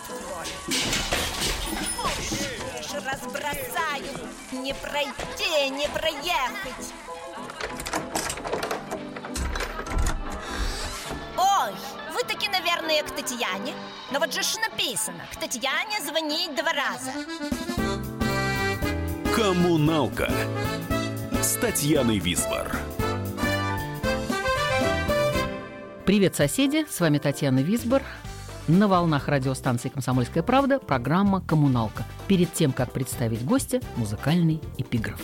открой. Лишь разбросаю. Не пройти, не проехать. Ой, вы таки, наверное, к Татьяне. Но вот же ж написано: к Татьяне звонить 2 раза. Коммуналка с Татьяной Висбор. Привет, соседи! С вами Татьяна Висбор. На волнах радиостанции «Комсомольская правда» программа «Коммуналка». Перед тем, как представить гостя, музыкальный эпиграф.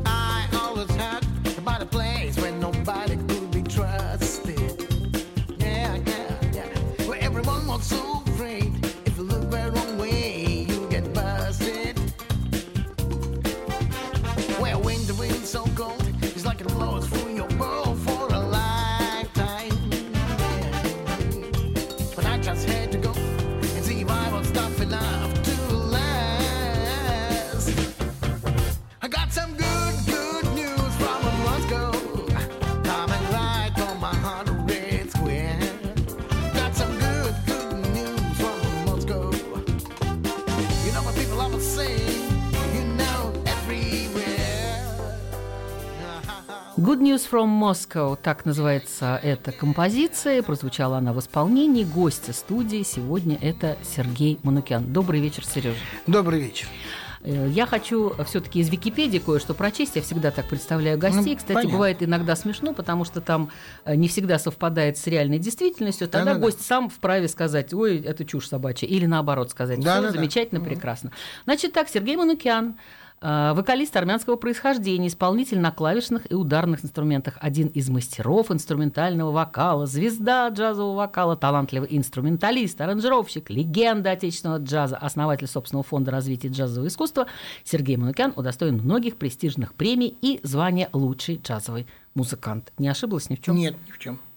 Good News from Moscow, так называется эта композиция. Прозвучала она в исполнении гостя студии. Сегодня это Сергей Манукян. Добрый вечер, Сережа. Добрый вечер. Я хочу все-таки из Википедии кое-что прочесть. Я всегда так представляю гостей. Кстати, понятно. Бывает иногда смешно, потому что там не всегда совпадает с реальной действительностью. Тогда гость сам вправе сказать: ой, это чушь собачья. Или наоборот сказать: все замечательно, прекрасно. Значит так, Сергей Манукян, вокалист армянского происхождения, исполнитель на клавишных и ударных инструментах, один из мастеров инструментального вокала, звезда джазового вокала, талантливый инструменталист, аранжировщик, легенда отечественного джаза, основатель собственного фонда развития джазового искусства. Сергей Манукян удостоен многих престижных премий и звания «Лучший джазовый музыкант». Не ошиблась ни в чем? Нет, ни в чем.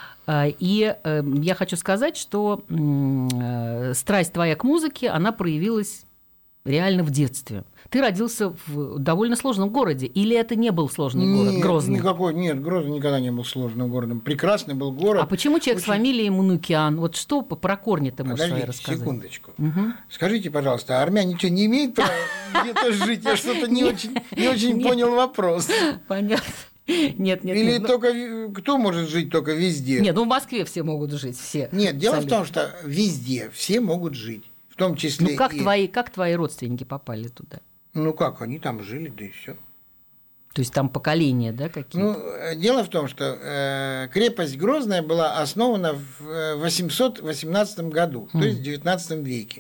И я хочу сказать, что страсть твоя к музыке, она проявилась реально в детстве. Ты родился в довольно сложном городе, или это не был сложный город, Грозный? Нет, Грозный никогда не был сложным городом. Прекрасный был город. А почему человек с фамилией Манукян? Вот что про корни ты можешь свои рассказать? Секундочку. Угу. Скажите, пожалуйста, а армяне что, не имеют права где-то жить? Я что-то не очень понял вопрос. Понятно. Нет. Или только кто может жить только везде? Нет, в Москве все могут жить, все. Нет, дело в том, что везде все могут жить. В том числе. Ну, как твои родственники попали туда? Ну как, они там жили, да и все. То есть там поколения, да, какие-то? Ну, дело в том, что крепость Грозная была основана в 818 году, то есть в 19 веке.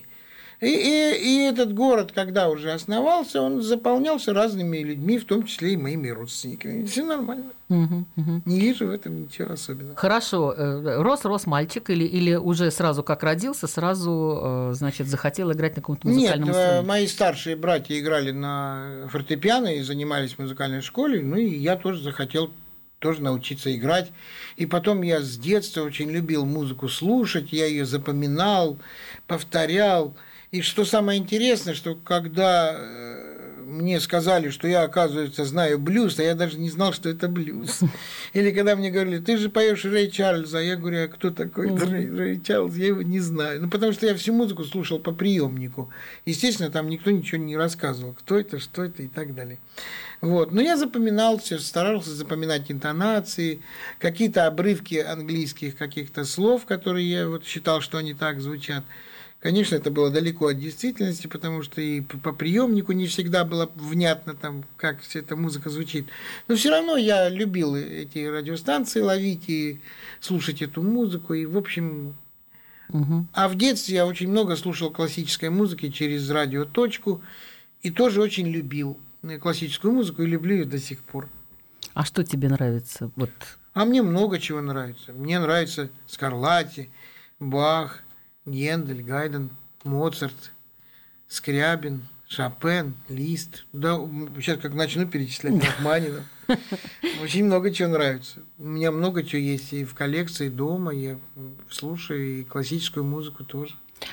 И этот город, когда уже основался, он заполнялся разными людьми, в том числе и моими родственниками. Все нормально. Не вижу в этом ничего особенного. Хорошо. Рос мальчик или уже сразу как родился, сразу, значит, захотел играть на каком-то музыкальном инструменте? Нет, мои старшие братья играли на фортепиано и занимались в музыкальной школе, ну и я тоже захотел научиться играть. И потом я с детства очень любил музыку слушать, я ее запоминал, повторял. И что самое интересное, что когда мне сказали, что я, оказывается, знаю блюз, а я даже не знал, что это блюз. Или когда мне говорили: ты же поешь Рэй Чарльза, а я говорю: а кто такой Рэй Чарльз? Я его не знаю. Ну, потому что я всю музыку слушал по приемнику. Естественно, там никто ничего не рассказывал, кто это, что это и так далее. Вот. Но я запоминал все, старался запоминать интонации, какие-то обрывки английских каких-то слов, которые я вот считал, что они так звучат. Конечно, это было далеко от действительности, потому что и по приемнику не всегда было внятно, там, как вся эта музыка звучит. Но все равно я любил эти радиостанции ловить и слушать эту музыку. И, в общем, А в детстве я очень много слушал классической музыки через радиоточку и тоже очень любил классическую музыку и люблю ее до сих пор. А что тебе нравится? Вот. А мне много чего нравится. Мне нравится Скарлатти, Бах, Гендель, Гайден, Моцарт, Скрябин, Шопен, Лист. Да, сейчас как начну перечислять Рахманинова. Очень много чего нравится. У меня много чего есть и в коллекции дома, я слушаю и классическую музыку тоже.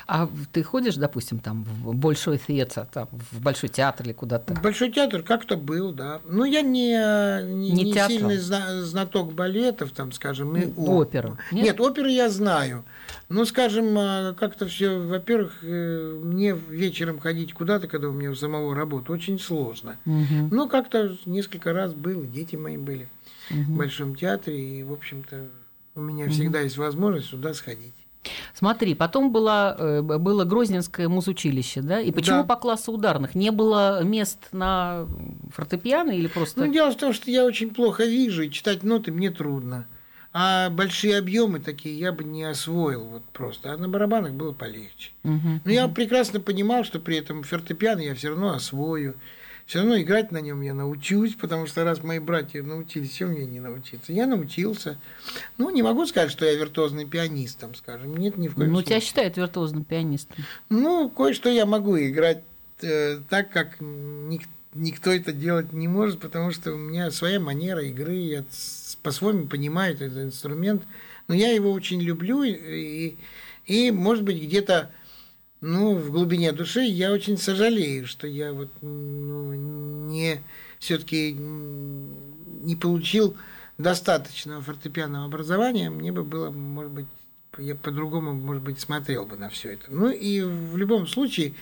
А ты ходишь, допустим, там в Большой театр, там, в Большой театр или куда-то? Большой театр как-то был, да. Но я не сильный знаток балетов, там, скажем, и оперы. Нет, оперы я знаю. Ну, скажем, как-то все, во-первых, мне вечером ходить куда-то, когда у меня у самого работа, очень сложно. Ну, как-то несколько раз было, дети мои были в Большом театре, и, в общем-то, у меня всегда есть возможность сюда сходить. Смотри, потом было Грозненское музучилище, да? И почему по классу ударных? Не было мест на фортепиано или просто... Ну, дело в том, что я очень плохо вижу, и читать ноты мне трудно. А большие объемы такие я бы не освоил вот просто. А на барабанах было полегче. Но я прекрасно понимал, что при этом фортепиано я все равно освою. Все равно играть на нем я научусь, потому что раз мои братья научились, чем мне не научиться? Я научился. Ну, не могу сказать, что я виртуозный пианист, там, скажем. Нет, ни в коем случае. Тебя считают виртуозным пианистом. Ну, кое-что я могу играть так, как никто это делать не может, потому что у меня своя манера игры, я по-своему понимаю этот инструмент. Но я его очень люблю, и может быть, где-то в глубине души я очень сожалею, что я вот все-таки не получил достаточного фортепианного образования. Мне бы было, может быть, я по-другому, может быть, смотрел бы на все это. Ну и в любом случае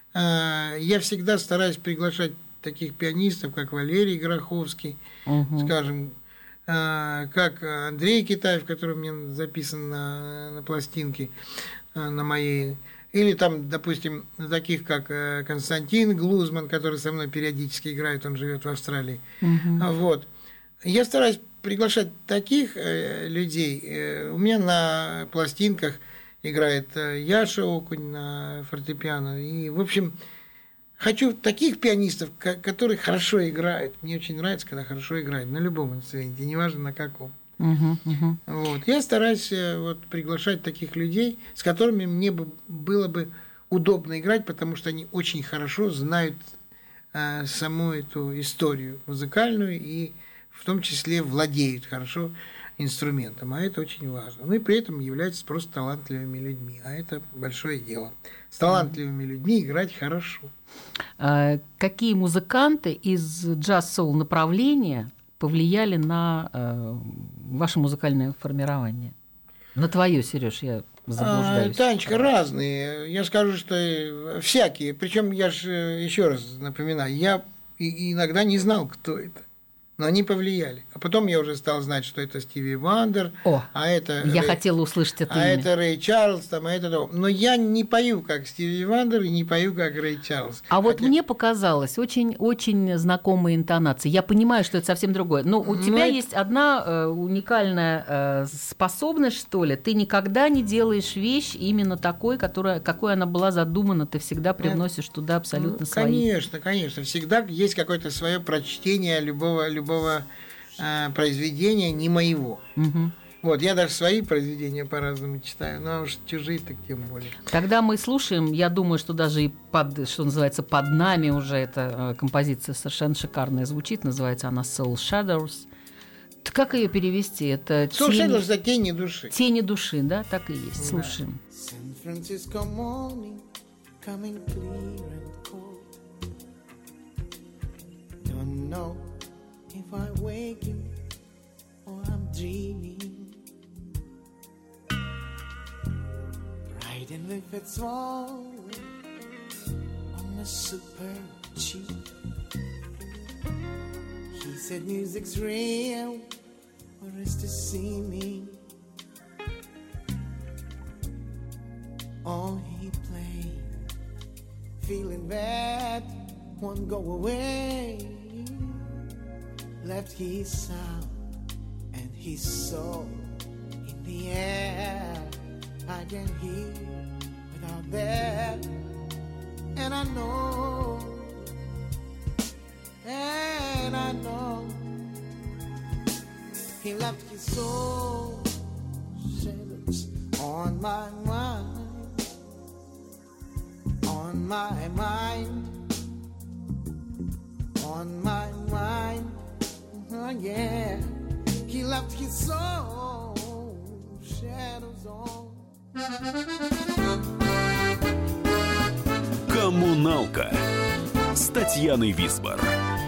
я всегда стараюсь приглашать таких пианистов, как Валерий Гороховский, скажем, как Андрей Китаев, который у меня записан на пластинке, на моей. Или там, допустим, таких, как Константин Глузман, который со мной периодически играет, он живет в Австралии. Вот. Я стараюсь приглашать таких людей. У меня на пластинках играет Яша Окунь на фортепиано. И, в общем, хочу таких пианистов, которые хорошо играют. Мне очень нравится, когда хорошо играют на любом инструменте, неважно на каком. Вот. Я стараюсь приглашать таких людей, с которыми мне было бы удобно играть, потому что они очень хорошо знают саму эту историю музыкальную и в том числе владеют хорошо инструментом, а это очень важно. Ну и при этом являются просто талантливыми людьми, а это большое дело. С талантливыми людьми играть хорошо. Какие музыканты из джаз-соул направления повлияли на ваше музыкальное формирование? На твое, Сереж, я заблуждаюсь. Танечка, разные. Я скажу, что всякие. Причем я же еще раз напоминаю, я иногда не знал, кто это. Но они повлияли. А потом я уже стал знать, что это Стиви Вандер, я хотела услышать это имя. Это Рэй Чарльз, но я не пою, как Стиви Вандер, и не пою, как Рэй Чарльз. Вот мне показалось очень знакомые интонации. Я понимаю, что это совсем другое. Но у тебя есть одна уникальная способность, что ли. Ты никогда не делаешь вещь именно такой, какой она была задумана. Ты всегда привносишь туда абсолютно свои. Конечно. Всегда есть какое-то свое прочтение любого произведения не моего. Вот, я даже свои произведения по-разному читаю, но уж чужие так тем более. Когда мы слушаем, я думаю, что даже и что называется, под нами уже эта композиция совершенно шикарная звучит, называется она Soul Shadows. Как ее перевести? Это Soul Shadows — это тени души. Тени души, да, так и есть. Слушаем. San-Francisco morning, coming clear and cold. Don't know if I wake you or I'm dreaming. Riding with its wall on a super cheap. He said music's real for us to see me. Oh, he played, feeling bad, won't go away. Left his sound and his soul in the air. I can hear without that, and I know, he left his soul shadows on my mind, on my mind, on my mind. Oh yeah, he left his soul shadows on. Коммуналка с Татьяной Висбор.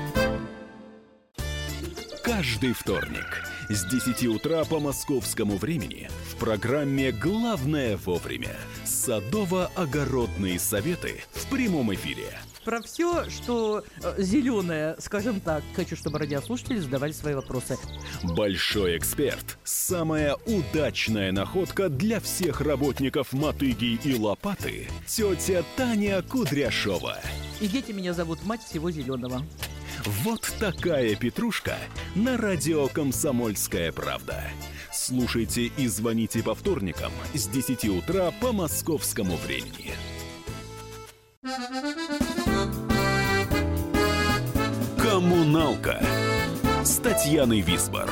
Каждый вторник с 10 утра по московскому времени в программе «Главное вовремя» садово-огородные советы в прямом эфире. Про все, что зеленое, скажем так, хочу, чтобы радиослушатели задавали свои вопросы. Большой эксперт. Самая удачная находка для всех работников мотыги и лопаты. Тетя Таня Кудряшова. И дети меня зовут мать всего зеленого. Вот такая петрушка на радио «Комсомольская правда». Слушайте и звоните по вторникам с 10 утра по московскому времени. Коммуналка с Татьяной Висбор.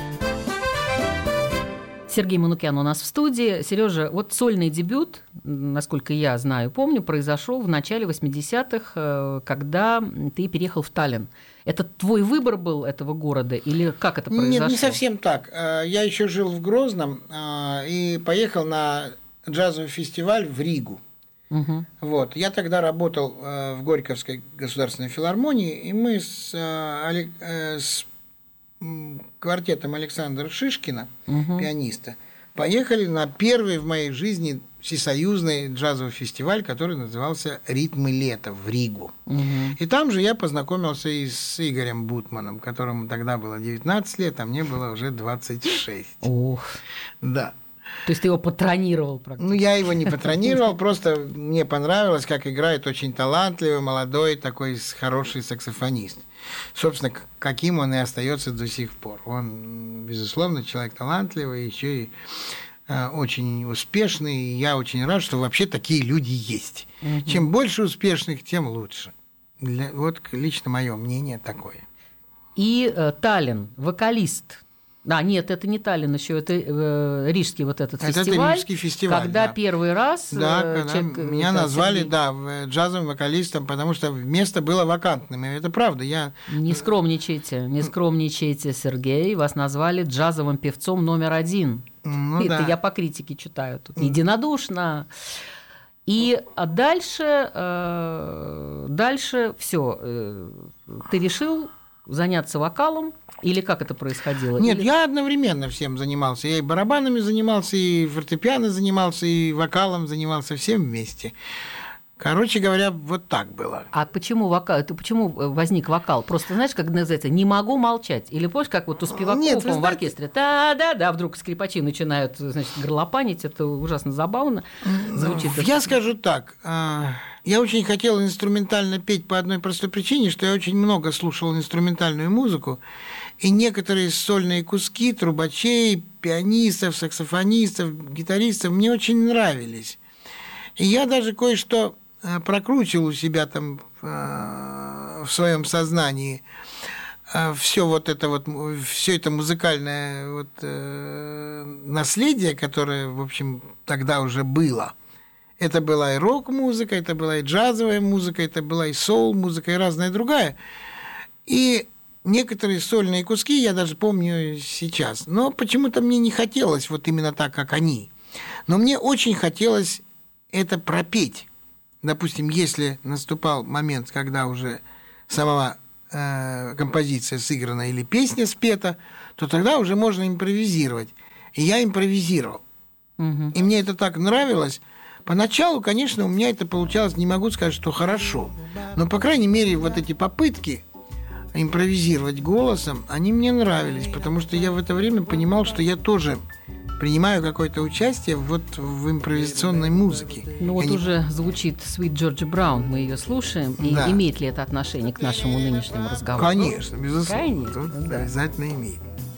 Сергей Манукян у нас в студии. Сережа, вот сольный дебют, насколько я знаю, помню, произошел в начале 80-х, когда ты переехал в Таллин. Это твой выбор был этого города или как это произошло? Нет, не совсем так. Я еще жил в Грозном и поехал на джазовый фестиваль в Ригу. Угу. Вот. Я тогда работал в Горьковской государственной филармонии, и мы с квартетом Александра Шишкина, пианиста, поехали на первый в моей жизни всесоюзный джазовый фестиваль, который назывался «Ритмы лета» в Ригу. И там же я познакомился и с Игорем Бутманом, которому тогда было 19 лет, а мне было уже 26. Ох. Да. То есть ты его патронировал практически? Ну, я его не патронировал, просто мне понравилось, как играет очень талантливый, молодой, такой хороший саксофонист. Собственно, каким он и остается до сих пор. Он, безусловно, человек талантливый, еще и очень успешный. И я очень рад, что вообще такие люди есть. Чем больше успешных, тем лучше. Вот лично мое мнение такое. И Таллин, вокалист. А, нет, это не Таллин еще, это рижский вот этот фестиваль. Это рижский фестиваль, когда да. первый раз... Да, когда меня назвали, джазовым вокалистом, потому что место было вакантным. И это правда, я... Не скромничайте, Сергей. Вас назвали джазовым певцом номер 1. Ну, это да. я по критике читаю тут. Единодушно. И дальше все. Ты решил заняться вокалом? Или как это происходило? Нет, я одновременно всем занимался. Я и барабанами занимался, и фортепиано занимался, и вокалом занимался, всем вместе. Короче говоря, вот так было. А почему вокал? Почему возник вокал? Просто, знаешь, как называется, не могу молчать. Или помнишь, как вот у Спивакова в оркестре, да, вдруг скрипачи начинают, значит, горлопанить, это ужасно забавно звучит. Я скажу так, я очень хотел инструментально петь по одной простой причине, что я очень много слушал инструментальную музыку, и некоторые сольные куски трубачей, пианистов, саксофонистов, гитаристов мне очень нравились. И я даже кое-что прокручивал у себя там в своем сознании все это музыкальное наследие, которое, в общем, тогда уже было. Это была и рок-музыка, это была и джазовая музыка, это была и соул-музыка, и разная другая. И некоторые сольные куски я даже помню сейчас. Но почему-то мне не хотелось вот именно так, как они. Но мне очень хотелось это пропеть. Допустим, если наступал момент, когда уже сама композиция сыграна или песня спета, то тогда уже можно импровизировать. И я импровизировал. И мне это так нравилось. Поначалу, конечно, у меня это получалось, не могу сказать, что хорошо. Но, по крайней мере, вот эти попытки импровизировать голосом, они мне нравились, потому что я в это время понимал, что я тоже принимаю какое-то участие вот в импровизационной музыке. Ну вот уже звучит Sweet Georgia Brown, мы ее слушаем. И да. Имеет ли это отношение к нашему нынешнему разговору? Конечно, безусловно. Конечно, Тут да. обязательно имеет.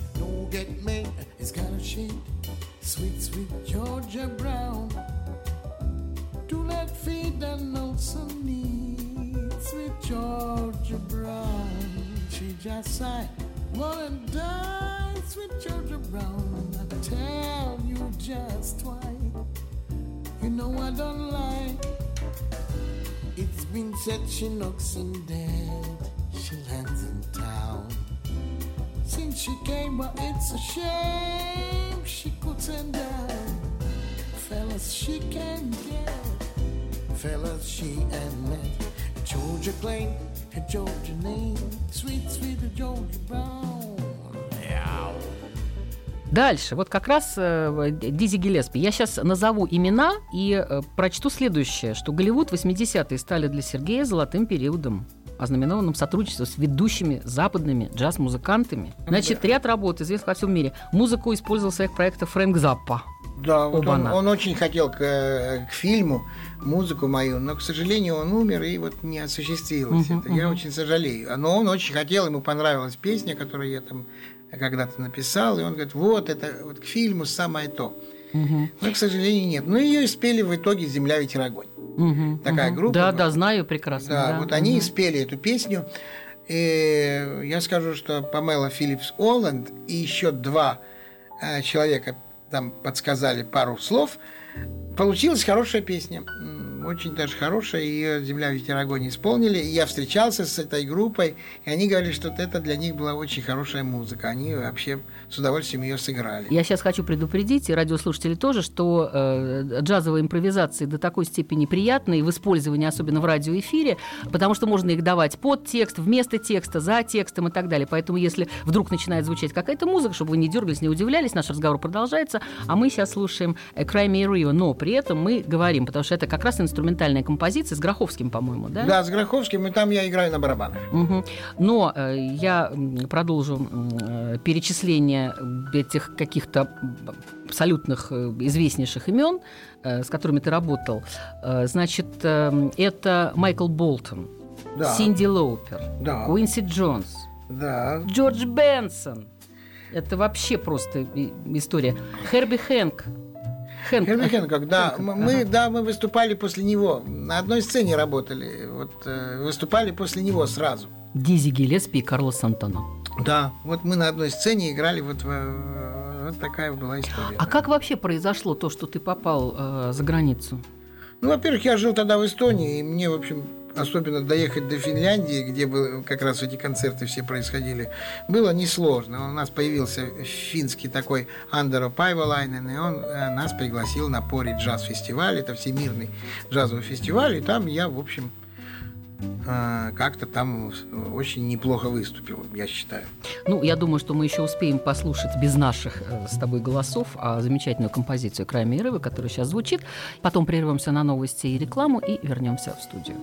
Sweet Georgia Brown, I tell you just why. You know I don't lie. It's been said she knocks him dead, she lands in town. Since she came, but it's a shame she couldn't down. Fellas, she can get fellas she and met. Georgia Plain, Georgia name, sweet, sweet Georgia Brown. Yeah. Дальше, вот как раз Дизи Гиллеспи. Я сейчас назову имена и прочту следующее, что Голливуд 80-е стали для Сергея золотым периодом, ознаменованным сотрудничеством с ведущими западными джаз-музыкантами. Значит, ряд работ, известных во всем мире. Музыку использовал в своих проектах Фрэнк Заппа. Да, вот он очень хотел к фильму музыку мою, но, к сожалению, он умер, и вот не осуществилось это. Я очень сожалею. Но он очень хотел, ему понравилась песня, которую я там когда-то написал, и он говорит, вот это вот к фильму самое то. Но, к сожалению, нет. Но ее спели в итоге «Земля, ветер, огонь». Такая группа. Да, знаю прекрасно. Да, вот они спели эту песню. И я скажу, что Памела Филлипс Оланд и еще 2 человека там подсказали пару слов. Получилась хорошая песня. Очень даже хорошая. Ее «Земля, ветер, огонь» исполнили. И я встречался с этой группой, и они говорили, что это для них была очень хорошая музыка. Они вообще с удовольствием ее сыграли. Я сейчас хочу предупредить, и радиослушатели тоже, что джазовые импровизации до такой степени приятные в использовании, особенно в радиоэфире, потому что можно их давать под текст, вместо текста, за текстом и так далее. Поэтому если вдруг начинает звучать какая-то музыка, чтобы вы не дергались, не удивлялись, наш разговор продолжается, а мы сейчас слушаем «Cry Me a River», но при этом мы говорим, потому что это как раз инструментальная композиция с Гроховским, по-моему, да? Да, с Гроховским, и там я играю на барабанах. Но я продолжу перечисление этих каких-то абсолютных известнейших имен, с которыми ты работал. Значит, это Майкл Болтон, Синди Лоупер, Куинси Джонс, Джордж Бенсон. Это вообще просто история. Херби Хэнк. Херби Хэнкок, да. Мы выступали после него. На одной сцене работали. Вот, выступали после него сразу. Дизи Гиллеспи и Карлос Сантана. Да, вот мы на одной сцене играли, вот такая была история. А как вообще произошло то, что ты попал за границу? Ну, во-первых, я жил тогда в Эстонии, и мне, в общем, особенно доехать до Финляндии, где как раз эти концерты все происходили, было несложно. У нас появился финский такой Андеро Пайволайнен, и он нас пригласил на Пори джаз-фестиваль, это всемирный джазовый фестиваль, и там я, в общем, как-то там очень неплохо выступил, я считаю. Ну, я думаю, что мы еще успеем послушать без наших с тобой голосов замечательную композицию «Cry Me a River», которая сейчас звучит. Потом прервемся на новости и рекламу и вернемся в студию.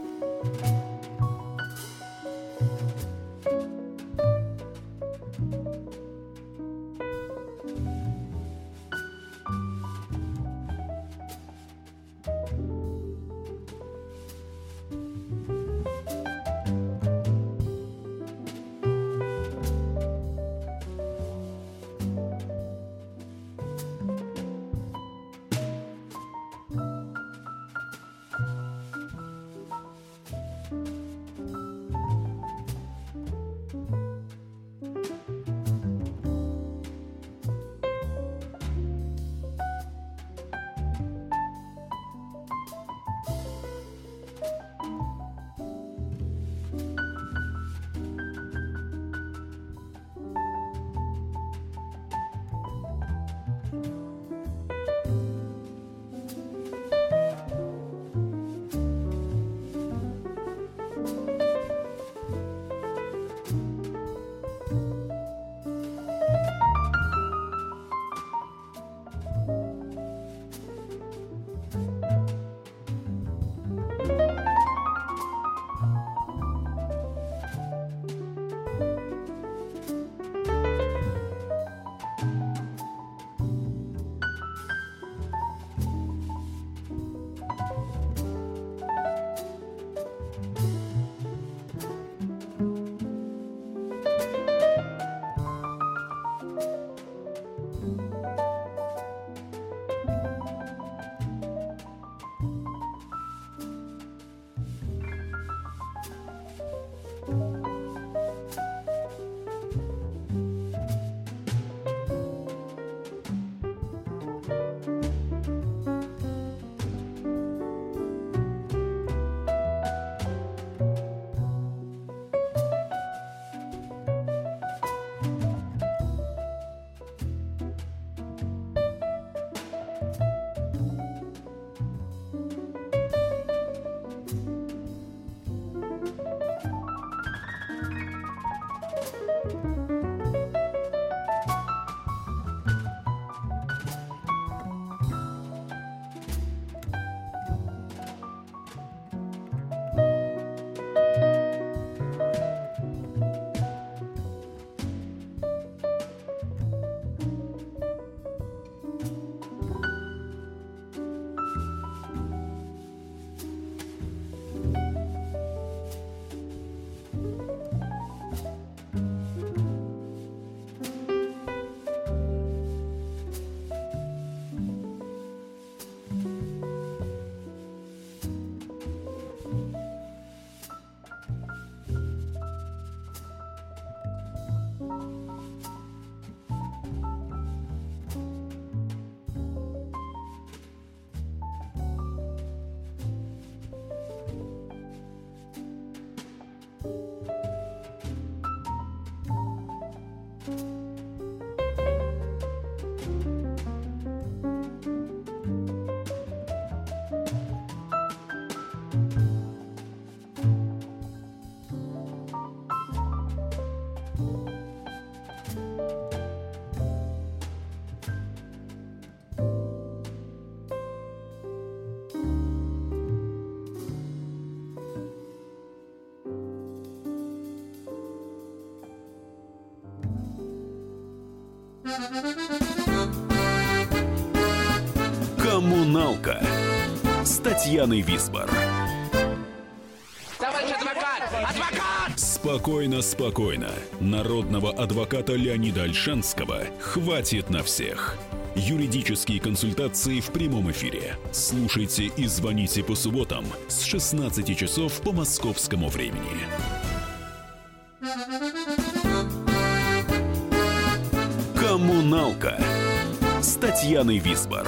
Коммуналка с Татьяной Висбор. Товарищ адвокат! Адвокат! Спокойно, спокойно. Народного адвоката Леонида Ольшанского хватит на всех. Юридические консультации в прямом эфире. Слушайте и звоните по субботам с 16 часов по московскому времени. Коммуналка с Татьяной Висбор.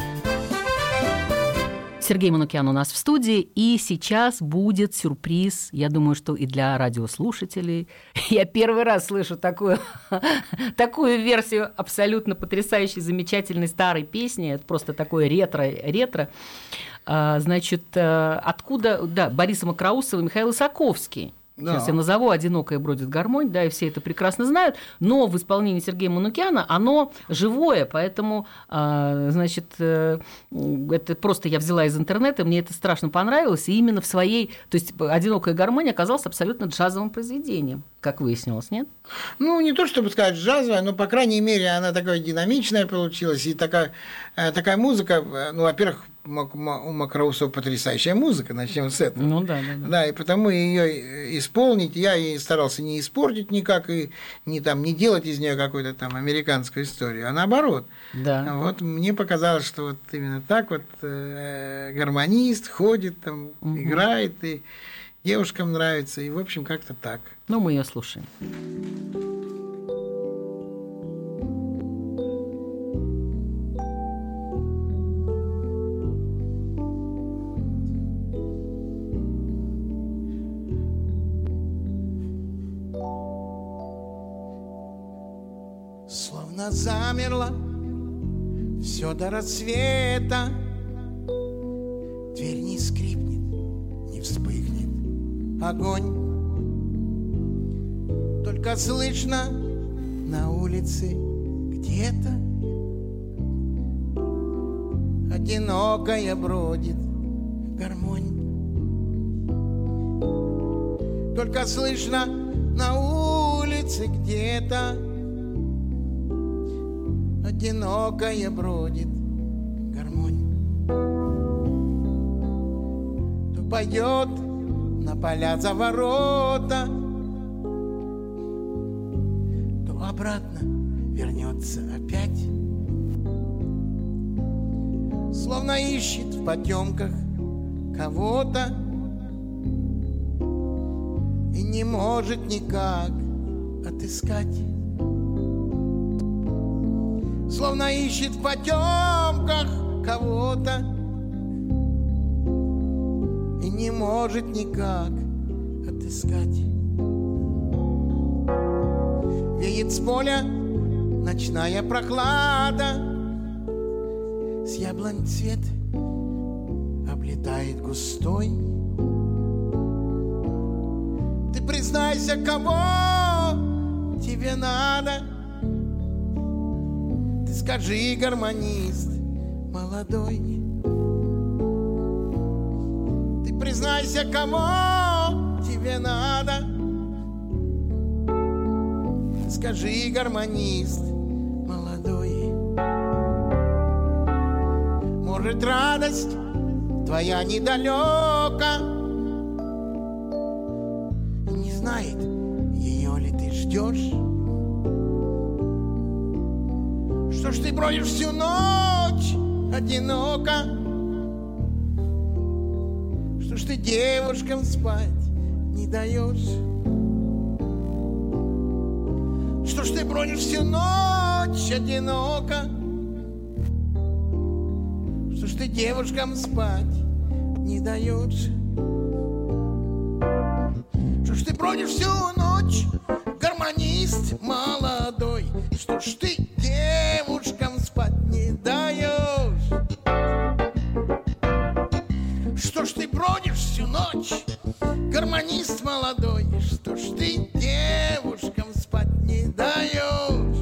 Сергей Манукян у нас в студии, и сейчас будет сюрприз, я думаю, что и для радиослушателей. Я первый раз слышу такую версию абсолютно потрясающей, замечательной старой песни. Это просто такое ретро. Значит, откуда... Да, Бориса Мокроусова и Михаил Исаковский. Да. Сейчас я назову «Одинокая бродит гармонь», да, и все это прекрасно знают, но в исполнении Сергея Манукяна оно живое, поэтому, значит, это просто я взяла из интернета, мне это страшно понравилось, и именно в своей, то есть «Одинокая гармонь» оказалась абсолютно джазовым произведением, как выяснилось, нет? Ну, не то чтобы сказать джазовая, но, по крайней мере, она такая динамичная получилась, и такая музыка, ну, во-первых, у Мокроусова потрясающая музыка, начнем с этого. Ну да. Да, и потому ее исполнить я и старался не испортить никак, и не делать из нее какую-то там американскую историю, а наоборот. Да. Вот мне показалось, что вот именно так вот гармонист ходит, там, играет, и девушкам нравится, и, в общем, как-то так. Ну, мы ее слушаем. Словно замерло все до рассвета, дверь не скрипнет, не вспыхнет огонь. Только слышно на улице где-то одинокая бродит гармонь. Только слышно на улице где-то одинокая бродит гармонь. То пойдет на поля за ворота, то обратно вернется опять. Словно ищет в потемках кого-то и не может никак отыскать. Словно ищет в потемках кого-то и не может никак отыскать. Веет с поля ночная прохлада, с яблонь цвет облетает густой. Ты признайся, кого тебе надо, ты скажи, гармонист молодой. Ты признайся, кого тебе надо, скажи, гармонист молодой. Может, радость твоя недалека, и не знает, ее ли ты ждешь. Что ж ты бродишь всю ночь одиноко? Что ж ты девушкам спать не даешь? Что ж ты бродишь всю ночь одиноко? Что ж ты девушкам спать не даешь? Что ж ты бродишь всю ночь, гармонист молодой? Что ж ты девушкам спать не даешь? Что ж ты бродишь всю ночь, гармонист молодой? Что ж ты девушкам спать не даешь?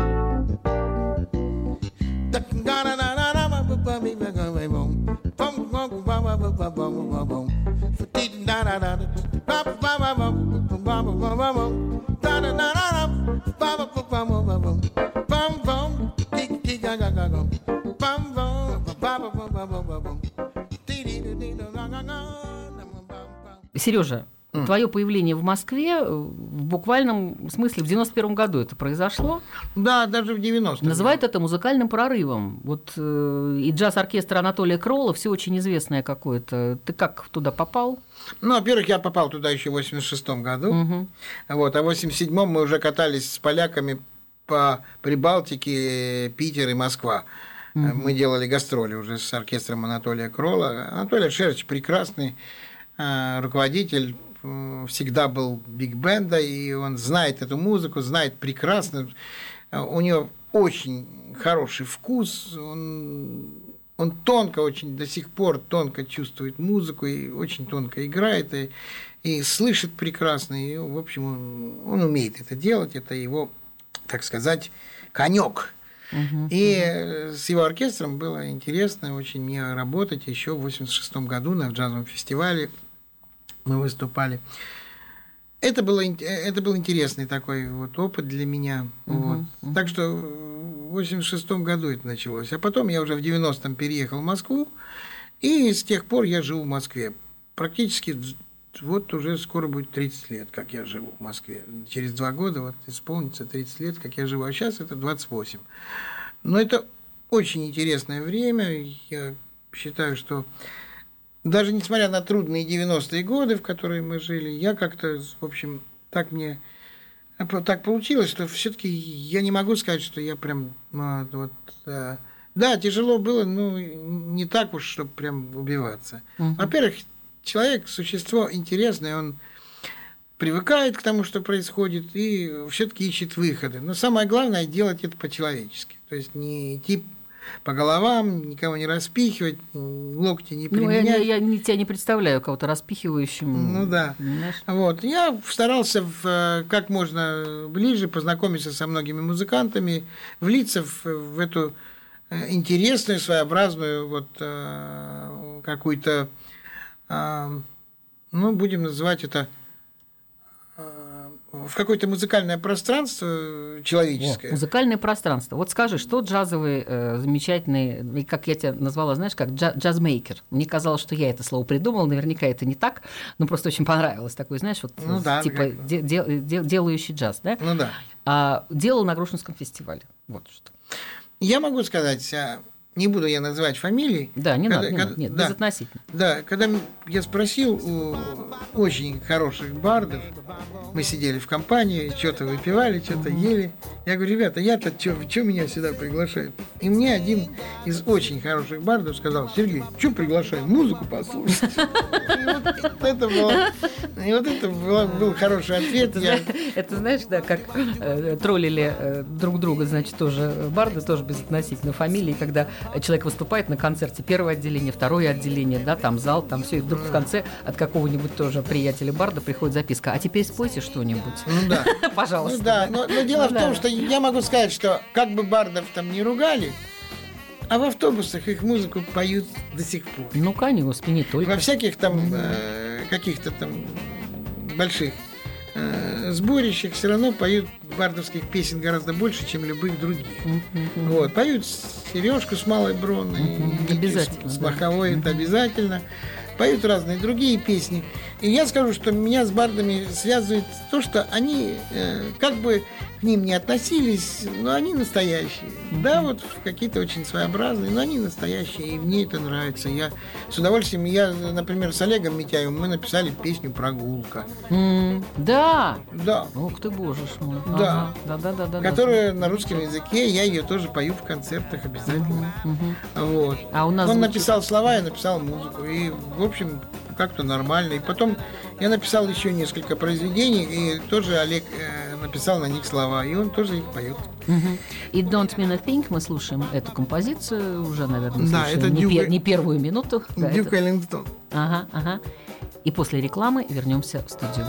Так Сережа, твое появление в Москве в буквальном смысле в 91 году это произошло. Да, даже в 90-м. Называют это музыкальным прорывом. Вот и джаз-оркестр Анатолия Кролла, все очень известное какое-то. Ты как туда попал? Ну, во-первых, я попал туда еще в 86-м году. Вот, а в 87-м мы уже катались с поляками по Прибалтике, Питер и Москва. Мы делали гастроли уже с оркестром Анатолия Кролла. Анатолий Шерч прекрасный руководитель, всегда был биг-бенда, и он знает эту музыку, знает прекрасно. У него очень хороший вкус, он тонко очень, до сих пор тонко чувствует музыку и очень тонко играет, и слышит прекрасно, и, в общем, он умеет это делать, это его, так сказать, конек. И с его оркестром было интересно очень мне работать. Еще в 86-м году на джазовом фестивале мы выступали. Это был интересный такой вот опыт для меня. Вот. Так что в 86-м году это началось. А потом я уже в 90-м переехал в Москву, и с тех пор я живу в Москве. Практически вот уже скоро будет 30 лет, как я живу в Москве. Через 2 года вот исполнится 30 лет, как я живу. А сейчас это 28. Но это очень интересное время. Я считаю, что даже несмотря на трудные 90-е годы, в которые мы жили, я как-то, в общем, так получилось, что все-таки я не могу сказать, что я прям да, тяжело было, но не так уж, чтобы прям убиваться. Во-первых, человек, существо интересное, он привыкает к тому, что происходит, и все-таки ищет выходы. Но самое главное делать это по-человечески. То есть не идти по головам, никого не распихивать, локти не применять. Я тебя не представляю кого-то распихивающим. Ну да. Вот. Я старался как можно ближе познакомиться со многими музыкантами, влиться в эту интересную, своеобразную вот какую-то, будем называть это, в какое-то музыкальное пространство человеческое. Музыкальное пространство. Вот скажи, что джазовый, замечательный, как я тебя назвала, знаешь, как джазмейкер. Мне казалось, что я это слово придумала, наверняка это не так, но просто очень понравилось такой, знаешь, вот типа делающий джаз, да? Ну да. Делал на Грушинском фестивале. Вот что. Я могу сказать, не буду я называть фамилии. Да, не надо, безотносительно. Да, когда я спросил у очень хороших бардов, мы сидели в компании, что-то выпивали, что-то ели. Я говорю, ребята, я-то что меня сюда приглашают? И мне один из очень хороших бардов сказал: Сергей, что приглашаем? Музыку послушать. И вот это был хороший ответ. Это знаешь, да, как троллили друг друга, значит, тоже барды, тоже безотносительно фамилии, когда человек выступает на концерте, первое отделение, второе отделение, да, там зал, там все, и вдруг в конце от какого-нибудь тоже приятеля барда приходит записка: а теперь спойте что-нибудь. Ну да. Пожалуйста. Ну да, но дело в том, что я могу сказать, что как бы бардов там не ругали, а в автобусах их музыку поют до сих пор. Ну, конечно, не только. Во всяких там каких-то там больших сборищах все равно поют бардовских песен гораздо больше, чем любых других. Вот. Поют Сережку с Малой Бронной, с Маховой, это обязательно. Поют разные другие песни. И я скажу, что меня с бардами связывает то, что они как бы к ним не относились, но они настоящие. Да, вот какие-то очень своеобразные, но они настоящие, и мне это нравится. Я с удовольствием, например, с Олегом Митяевым мы написали песню «Прогулка». Да. Да. Ух ты, боже мой. Да. Да. Которая на русском языке, я ее тоже пою в концертах обязательно. Вот. А у нас он написал слова, я написал музыку. И, в общем, как-то нормально. И потом я написал еще несколько произведений, и тоже Олег написал на них слова, и он тоже их поет. И Don't Mean a Thing мы слушаем эту композицию уже, наверное, да, это не первую минуту. Дюк Эллингтон. Ага. И после рекламы вернемся в студию.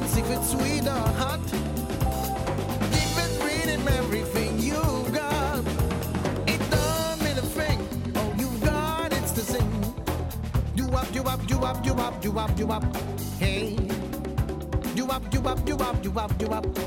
see if it's sweet or hot. Give it, read him everything you got. It don't mean a thing. All you got it's to sing. Do up, do up, do up, do up, do up, do up. Hey. Do up, do up, do up, do up, do up.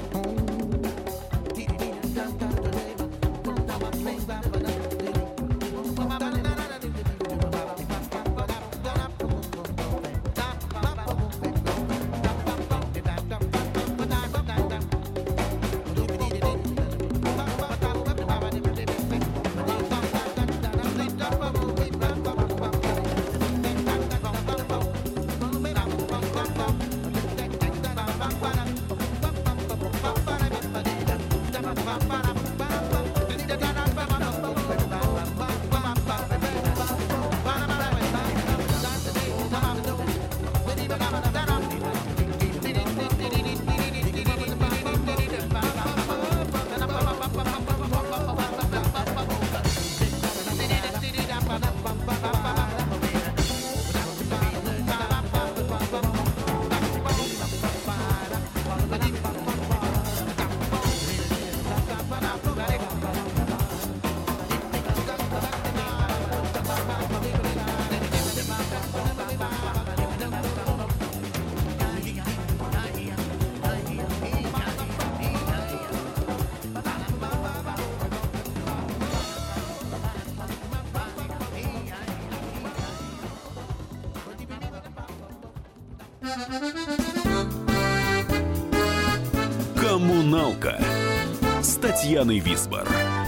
«Коммуналка» с Татьяной Висбор.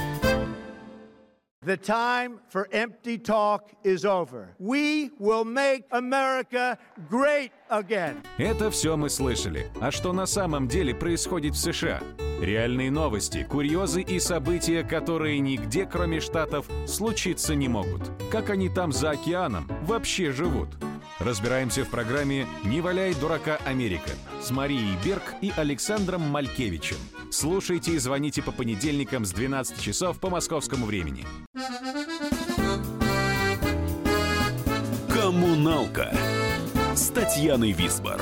The time for empty talk is over. We will make America great again. Это все мы слышали. А что на самом деле происходит в США? Реальные новости, курьезы и события, которые нигде, кроме Штатов, случиться не могут. Как они там за океаном вообще живут? Разбираемся в программе «Не валяй дурака, Америка» с Марией Берг и Александром Малькевичем. Слушайте и звоните по понедельникам с 12 часов по московскому времени. «Коммуналка» с Татьяной Висбор.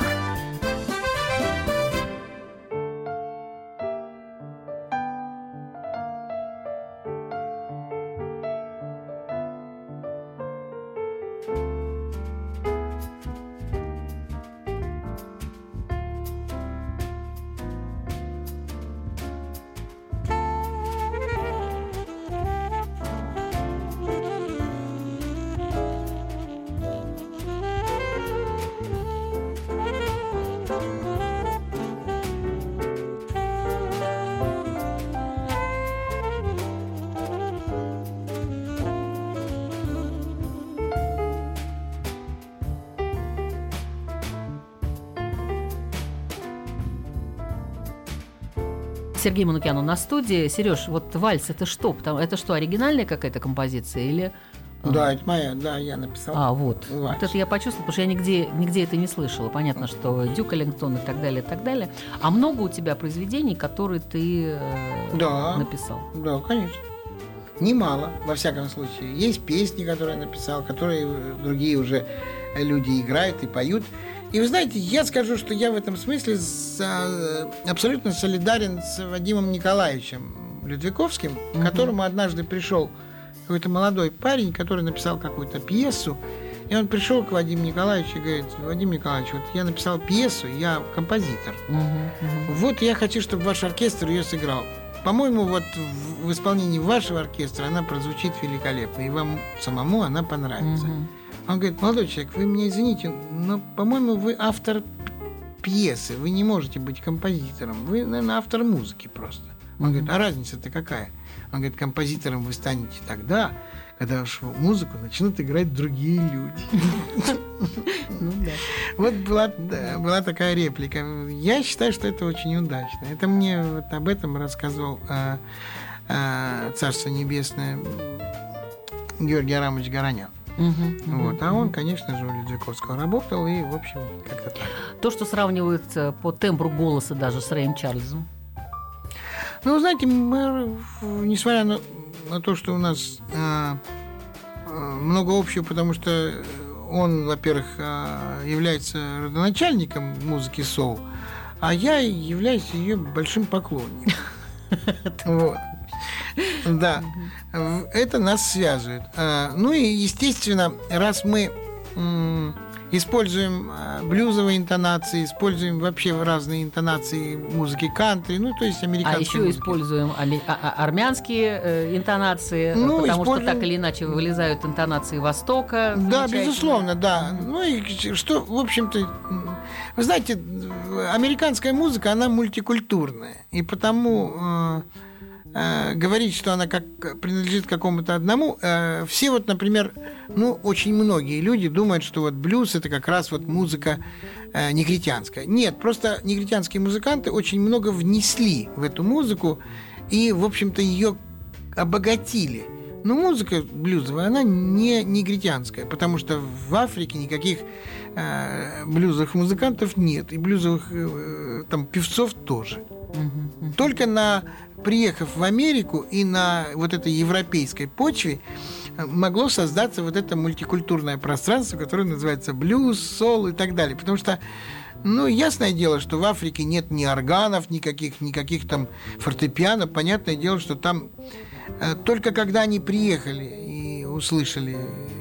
Сергей Манукян у нас в студии. Сереж, вот вальс это что? Это что, оригинальная какая-то композиция или... Да, это моя, да, я написал. Вот. Вот это я почувствовала, потому что я нигде это не слышала. Понятно, что Дюк Эллингтон и так далее, и так далее. А много у тебя произведений, которые ты написал? Да, конечно. Немало, во всяком случае. Есть песни, которые я написал, которые другие уже люди играют и поют. И вы знаете, я скажу, что я в этом смысле абсолютно солидарен с Вадимом Николаевичем Людвиковским, к которому однажды пришел какой-то молодой парень, который написал какую-то пьесу. И он пришел к Вадиму Николаевичу и говорит: Вадим Николаевич, вот я написал пьесу, я композитор. Вот я хочу, чтобы ваш оркестр ее сыграл. По-моему, вот в исполнении вашего оркестра она прозвучит великолепно, и вам самому она понравится. Он говорит: молодой человек, вы меня извините, но, по-моему, вы автор пьесы, вы не можете быть композитором, вы, наверное, автор музыки просто. Он говорит: а разница-то какая? Он говорит: композитором вы станете тогда, когда вашу музыку начнут играть другие люди. Вот была такая реплика. Я считаю, что это очень удачно. Это мне вот об этом рассказывал Царство Небесное Георгий Арамович Горонян. А он, конечно же, у Людвиковского работал, и, в общем, как-то так. То, что сравнивают по тембру голоса даже с Рэем Чарльзом. Ну, знаете, мы, несмотря на то, что у нас много общего, потому что он, во-первых, является родоначальником музыки соул, а я являюсь ее большим поклонником. Вот. Да, это нас связывает. Ну и, естественно, раз мы используем блюзовые интонации, используем вообще разные интонации музыки кантри, ну, то есть американской музыки. музыки. Используем армянские интонации, потому что так или иначе вылезают интонации Востока. Да, безусловно, да. Ну и что, в общем-то, вы знаете, американская музыка, она мультикультурная, и потому говорить, что она принадлежит какому-то одному, все вот, например, очень многие люди думают, что вот блюз это как раз вот музыка негритянская. Нет, просто негритянские музыканты очень много внесли в эту музыку и, в общем-то, ее обогатили. Но музыка блюзовая, она не негритянская, потому что в Африке никаких блюзовых музыкантов нет, и блюзовых там певцов тоже. Только приехав в Америку и на вот этой европейской почве могло создаться вот это мультикультурное пространство, которое называется блюз, сол и так далее. Потому что, ясное дело, что в Африке нет ни органов, никаких там фортепиано. Понятное дело, что там только когда они приехали и услышали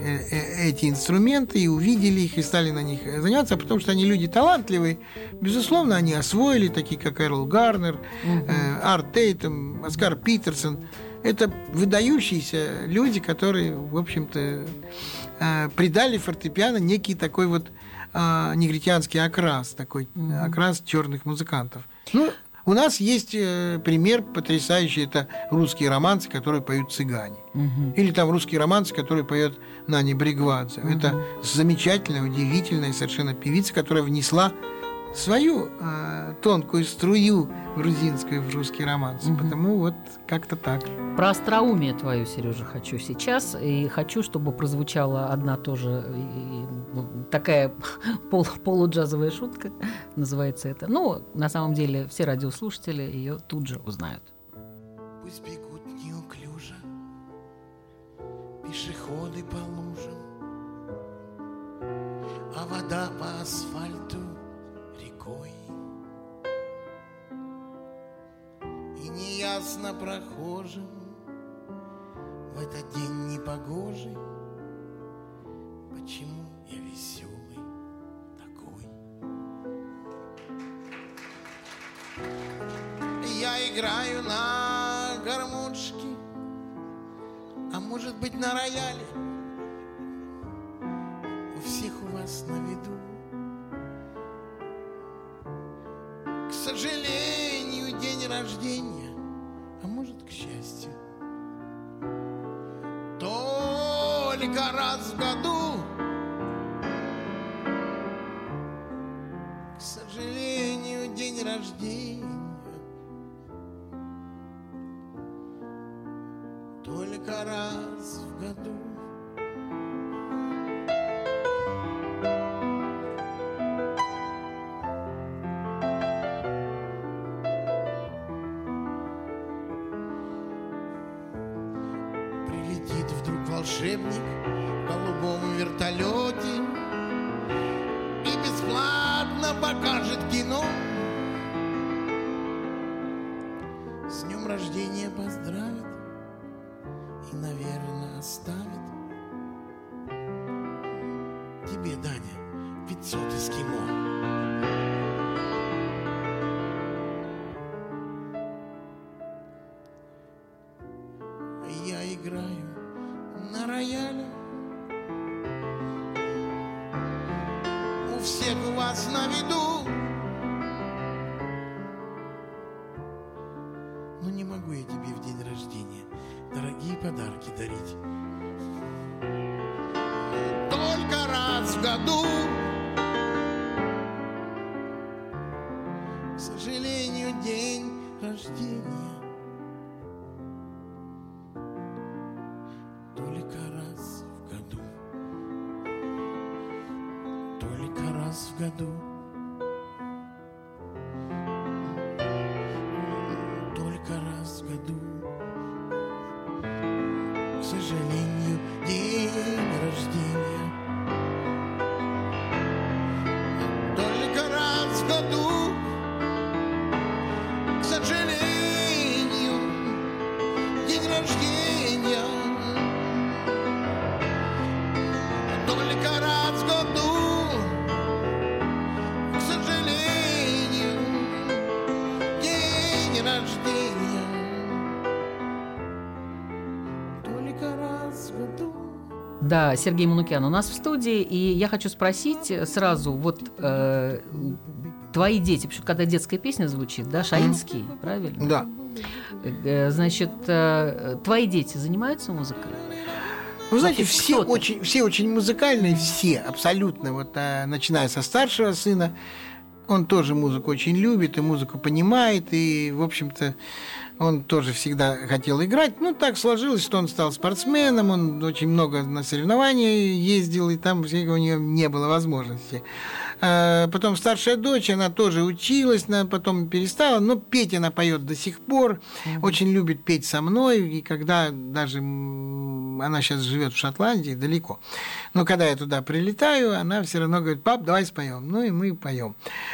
эти инструменты, и увидели их, и стали на них заниматься, потому что они люди талантливые, безусловно, они освоили, такие как Эрл Гарнер, Арт Тейтом, Оскар Питерсон. Это выдающиеся люди, которые, в общем-то, придали фортепиано некий такой вот негритянский окрас, такой окрас черных музыкантов. У нас есть пример потрясающий, это русские романсы, которые поют цыгане. Или там русские романсы, которые поет Нани Бригвадзе. Это замечательная, удивительная совершенно певица, которая внесла свою тонкую струю грузинскую в русский романс. Потому вот как-то так. Про остроумие твое, Сережа, хочу сейчас. И хочу, чтобы прозвучала одна тоже такая полуджазовая шутка, называется это. На самом деле, все радиослушатели ее тут же узнают. Пусть бегут неуклюже пешеходы по лужам, а вода по асфальту рекой. И неясно прохожим в этот день непогожий, почему я веселый такой. Я играю на гармошке, а может быть на рояле. У всех у вас на виду. К сожалению, день рождения, а может, к счастью, только раз в году. К сожалению, день рождения только раз в году. Прилетит вдруг волшебник в голубом вертолете и бесплатно покажет кино. С днем рождения поздравит и, наверное, оставит тебе, Даня, 500 эскимо. Я играю на рояле. У всех у вас на виду. Но не могу я тебе в день рождения дорогие подарки дарить. Только раз в году. К сожалению, день рождения только раз в году. Только раз в году. Только раз в году. К сожалению, день рождения только раз в году. Да, Сергей Манукян у нас в студии, и я хочу спросить сразу, вот твои дети, потому что когда детская песня звучит, да, Шаинский, правильно? Да. Значит, твои дети занимаются музыкой? Вы знаете, все очень музыкальные, все абсолютно, вот начиная со старшего сына, он тоже музыку очень любит и музыку понимает, и, в общем-то, он тоже всегда хотел играть. Ну, так сложилось, что он стал спортсменом, он очень много на соревнования ездил, и там у него не было возможности. Потом старшая дочь, она тоже училась, потом перестала, но петь она поет до сих пор, очень любит петь со мной, и когда даже она сейчас живет в Шотландии, далеко, но когда я туда прилетаю, она все равно говорит: пап, давай споем. Ну и мы поем.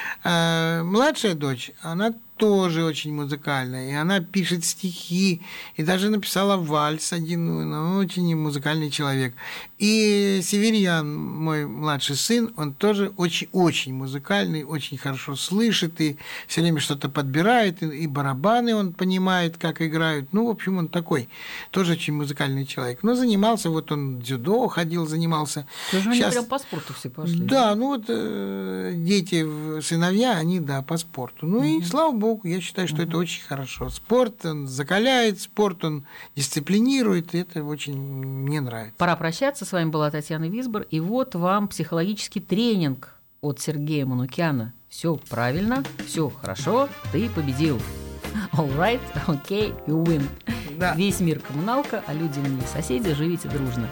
Младшая дочь, она тоже очень музыкальная, и она пишет стихи, и даже написала вальс один, очень музыкальный человек. И Северьян, мой младший сын, он тоже очень музыкальный, очень хорошо слышит, и все время что-то подбирает, и барабаны он понимает, как играют. Ну, в общем, он такой, тоже очень музыкальный человек. Но занимался, вот он дзюдо ходил, занимался. Тоже они прям по спорту все пошли. Да, ну вот дети, сыновья, они, да, по спорту. Ну и слава богу, я считаю, что это очень хорошо. Спорт, он закаляет, спорт, он дисциплинирует, и это очень мне нравится. Пора прощаться. С вами была Татьяна Висбор. И вот вам психологический тренинг от Сергея Манукяна. Все правильно, все хорошо, ты победил. All right, okay, you win. Да. Весь мир коммуналка, а люди не соседи, живите дружно.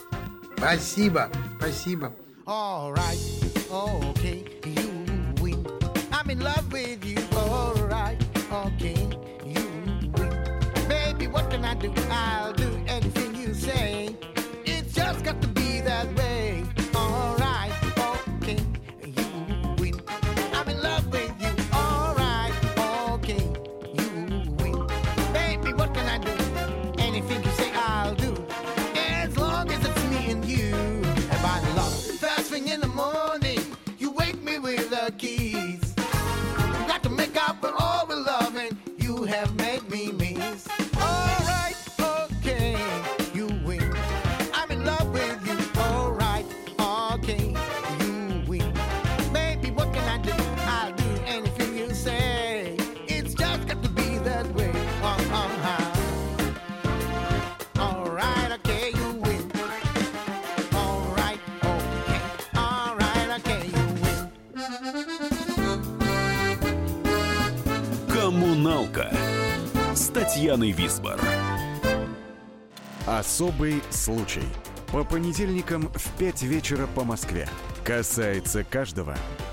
Спасибо, спасибо. All right, okay, you win. I'm in love with you. All right, okay, you win. Baby, what can I do? I'll do anything you say. It's just got to be that way. All right, okay, you win. I'm in love with you. All right, okay, you win. Baby, what can I do? Anything you say, I'll do. As long as it's me and you. And by love, first thing in the morning, you wake me with the keys. Got to make up for all the loving you have made me miss. All right, okay, you win. I'm in love with you. All right, okay, you win. Baby, what can I do? I'll do anything you say. It's just got to be that way. All right, okay, you win. All right, okay. All right, okay, you win. «Коммуналка» с Татьяной Висбор. Особый случай. По понедельникам в 5 вечера по Москве. Касается каждого.